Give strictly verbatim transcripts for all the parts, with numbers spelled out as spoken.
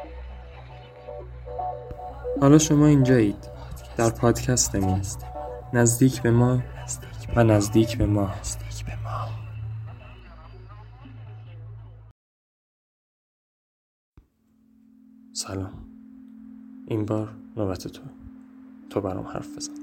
حالا شما اینجایید در پادکستمون، نزدیک به ما و نزدیک به ما. سلام، این بار نوبت تو تو برام حرف بزن.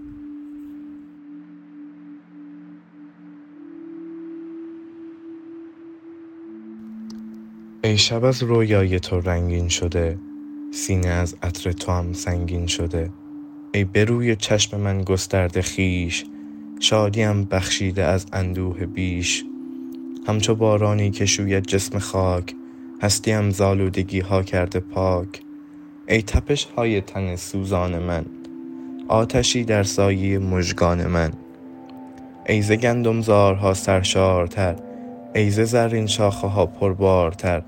ای شب از رویای تو رنگین شده، سینه از عطر تو هم سنگین شده. ای به روی چشم من گسترده خویش، شادیم بخشیده از اندوه بیش. همچو بارانی که شوید جسم خاک، هستیم زالودگی ها کرده پاک. ای تپش های تن سوزان من، آتشی در سایه مژگان من. ای ز گندم زارها سرشارتر، ای ز زرین شاخه ها پربارتر.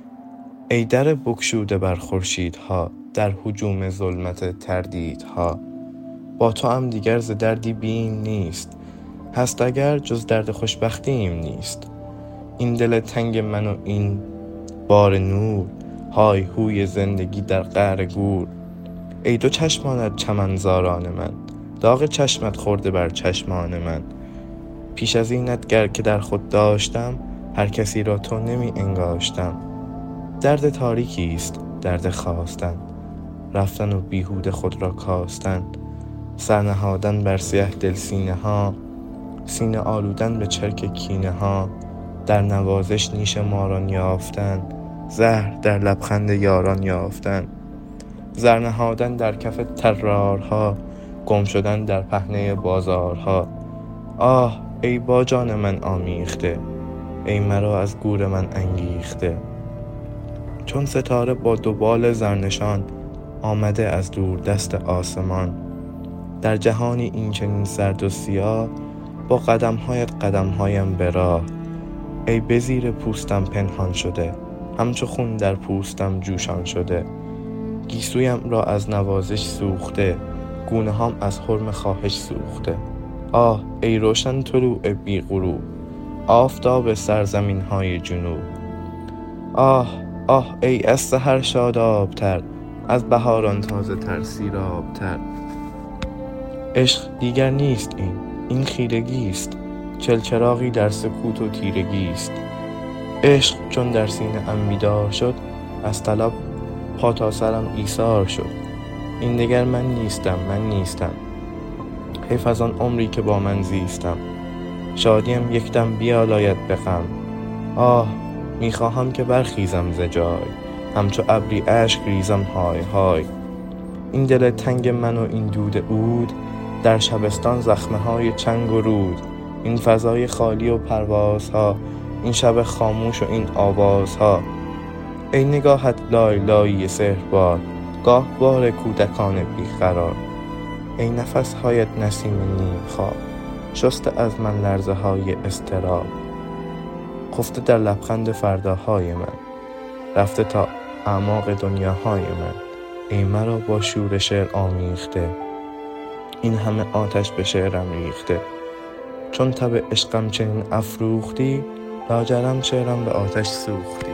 ای در بگشوده بر خورشیدها، در هجوم ظلمت تردیدها. با تو هم دیگر ز دردی بیم نیست، هست اگر جز درد خوشبختیم نیست. این دل تنگ من و این بار نور، های هوی زندگی در قعر گور. ای دو چشمانت چمنزاران من، داغ چشمت خورده بر چشمان من. پیش از اینت گر که در خود داشتم، هر کسی را تو نمی انگاشتم. درد تاریکی است درد خواستن، رفتن و بیهوده خود را کاستن. سرنهادن بر سیه دل سینه ها، سینه آلودن به چرک کینه ها. در نوازش نیش ماران یافتن، زهر در لبخند یاران یافتن. زر نهادن در کف طرارها، گم شدن در پهنه بازارها. آه ای با جان من آمیخته، ای مرا از گور من انگیخته. چون ستاره با دو بال زرنشان، آمده از دور دست آسمان. در جهانی این چنین سرد و سیاه، با قدم‌هایت قدم‌هایم به راه. ای به زیر پوستم پنهان شده، همچو خون در پوستم جوشان شده. گیسویم را از نوازش سوخته، گونه هام از حرم خواهش سوخته. آه ای روشن طلوع بی غروب، آفتاب سرزمین های جنوب. آه آه ای از سحر شادابتر، از بهاران تازه تر سیرابتر. عشق دیگر نیست این، این خیرگی است، چلچراغی در سکوت و تیرگی است. عشق چون در سینه ام بیدار شد، از طلب پا تا سرم ایثار شد. این دگر من نیستم من نیستم، حیف از آن عمری که با من زیستم. شادیم یک دم بیالاید به غم، آه میخواهم که برخیزم ز جای، همچو ابری اشک ریزم های های. این دل تنگ من و این دود عود، در شبستان زخمه های چنگ و رود. این فضای خالی و پروازها، این شب خاموش و این آوازها. ای نگاهت لای لایی سحربار، گاه بار کودکان بیقرار. ای نفس هایت نسیم نیم خواب، شسته از من لرزه های اضطراب. خفته در لبخند فرداهای من، رفته تا اعماق دنیاهای من. ای مرا با شور شعر آمیخته، این همه آتش به شعرم ریخته. چون تب عشقم چنین افروختی، لاجرم شعرم به آتش سوختی.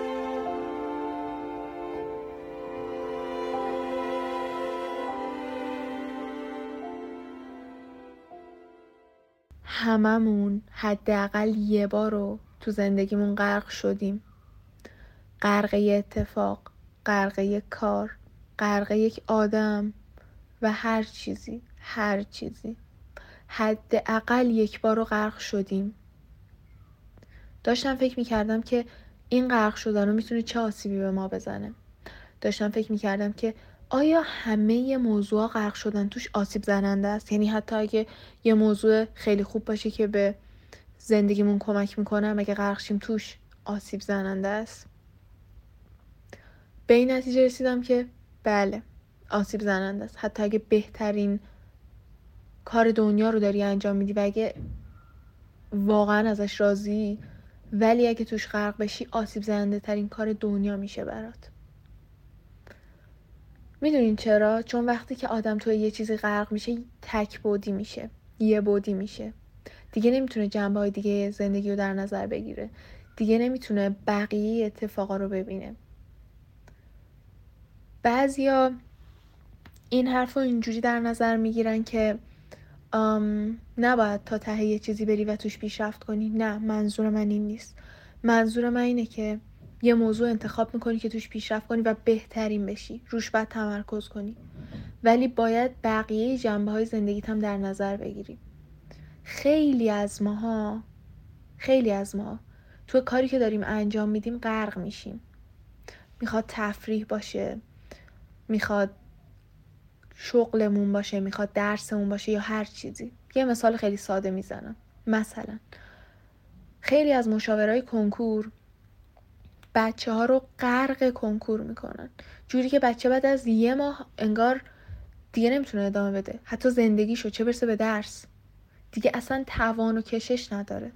هممون حداقل یه بار رو تو زندگیمون غرق شدیم. غرق یه اتفاق، غرق یک کار، غرق یک آدم و هر چیزی هر چیزی حداقل یک بار رو غرق شدیم. داشتم فکر میکردم که این غرق شدن رو میتونه چه آسیبی به ما بزنه. داشتم فکر میکردم که آیا همه ی موضوع غرق شدن توش آسیب زننده است؟ یعنی حتی اگه یه موضوع خیلی خوب باشه که به زندگیمون کمک میکنه، مگه غرق شیم توش آسیب زننده است؟ به این نتیجه رسیدم که بله، آسیب زننده است. حتی اگه بهترین کار دنیا رو داری انجام میدی و اگه واقعا ازش راضی، ولی اگه توش غرق بشی آسیب زننده ترین کار دنیا میشه برات. میدونین چرا؟ چون وقتی که آدم توی یه چیزی غرق میشه تک بعدی میشه، یه بعدی میشه. دیگه نمیتونه جنبه‌های دیگه زندگی رو در نظر بگیره. دیگه نمیتونه بقیه اتفاقا رو ببینه. بعضیا این حرف رو اینجوری در نظر میگیرن که نباید تا ته یه چیزی بری و توش پیشرفت کنی. نه، منظور من این نیست. منظور من اینه که یه موضوع انتخاب میکنی که توش پیشرفت کنی و بهترین بشی، روش باید تمرکز کنی، ولی باید بقیه جنبه های زندگیت هم در نظر بگیری. خیلی از ماها خیلی از ما تو کاری که داریم انجام میدیم غرق میشیم. میخواد تفریح باشه، میخواد شغلمون باشه، میخواد درسمون باشه یا هر چیزی. یه مثال خیلی ساده میزنم. مثلا خیلی از مشاورای کنکور بچه ها رو غرق کنکور میکنن، جوری که بچه بعد از یه ماه انگار دیگه نمیتونه ادامه بده، حتی زندگیشو، چه برسه به درس. دیگه اصلا توان و کشش نداره.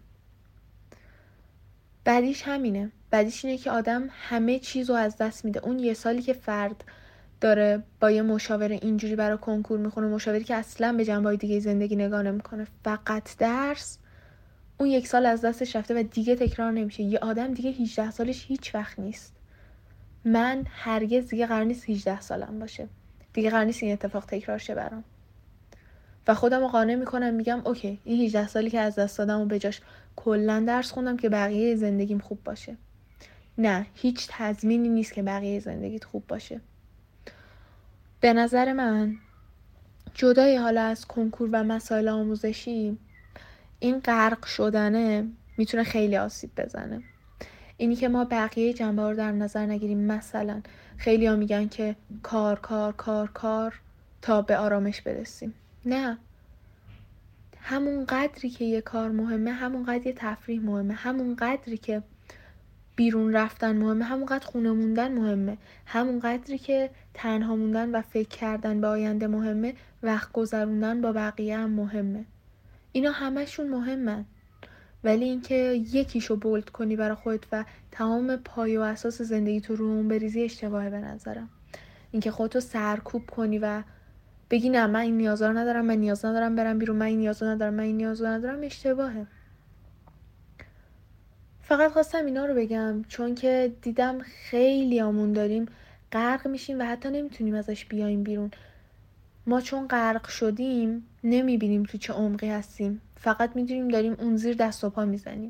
بعدیش همینه. بعدیش اینه که آدم همه چیز رو از دست میده. اون یه سالی که فرد داره با یه مشاور اینجوری برای کنکور میخونه، مشاوری که اصلا به جنبه‌های دیگه زندگی نگاه نمیکنه، فقط درس، اون یک سال از دستش رفته و دیگه تکرار نمیشه. یه آدم دیگه هجده سالش هیچ وقت نیست. من هرگز دیگه قرار نیست هجده سالم باشه. دیگه قرار نیست این اتفاق تکرار شه برام. و خودم رو قانع میکنم، میگم اوکی، این هجده سالی که از دست دادم و به جاش کلا درس خوندم که بقیه زندگیم خوب باشه. نه، هیچ تضمینی نیست که بقیه زندگیت خوب باشه. به نظر من جدای حالا از کنکور و مسائل آموزشی، این غرق شدنه میتونه خیلی آسیب بزنه. اینی که ما بقیه جنبه ها رو در نظر نگیریم. مثلا خیلی ها میگن که کار کار کار کار تا به آرامش برسیم. نه، همون قدری که یه کار مهمه، همون قدر یه تفریح مهمه، همون قدری که بیرون رفتن مهمه، همون قدر خونه موندن مهمه، همون قدری که تنها موندن و فکر کردن به آینده مهمه، وقت گذروندن با بقیه هم مهمه. اینا همشون مهمن، ولی اینکه یکیشو بولد کنی برای خودت و تمام پایه و اساس زندگی تو رو اون بریزی اشتباهه به نظرم. اینکه خودتو سرکوب کنی و بگی نه من این نیازا رو ندارم، من نیاز ندارم برم بیرون، من این نیازا ندارم، من این نیازا ندارم، اشتباهه. فقط خواستم اینا رو بگم چون که دیدم خیلی آمون داریم غرق میشیم و حتی نمیتونیم ازش بیایم بیرون. ما چون غرق شدیم نمیبینیم تو چه عمقی هستیم، فقط میدونیم داریم اون زیر دست و پا میزنیم.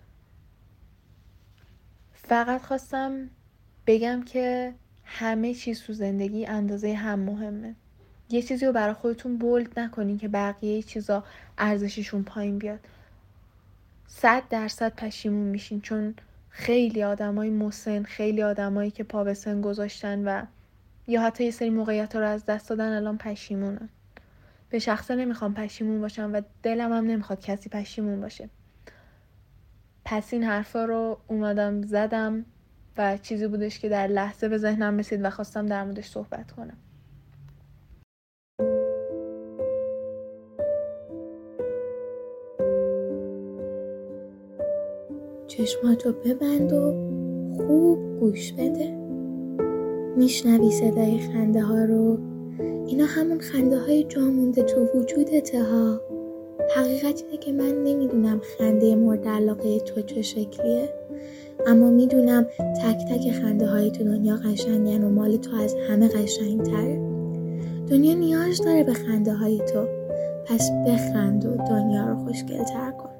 فقط خواستم بگم که همه چیز تو زندگی اندازه هم مهمه. یه چیزی رو برای خودتون بولد نکنین که بقیه چیزا ارزششون پایین بیاد. صد درصد پشیمون میشین، چون خیلی آدمای مسن، خیلی آدمایی که پا به سن گذاشتن و یا حتی یه سری موقعیت رو از دست دادن الان پشیمونن. به شخصه نمیخوام پشیمون باشم و دلم هم نمیخواد کسی پشیمون باشه. پس این حرفا رو اومدم زدم و چیزی بودش که در لحظه به ذهنم رسید و خواستم در موردش صحبت کنم. چشماتو ببند و خوب گوش بده. میشنوی صدای خنده ها رو؟ اینا همون خنده های جا مونده تو وجودته ها. حقیقت اینه که من نمیدونم خنده مورد علاقه تو چه شکلیه، اما میدونم تک تک خنده های تو دنیا قشنگن و مال تو از همه قشنگ تره. دنیا نیاز داره به خنده های تو، پس بخند و دنیا رو خوشگل تر کن.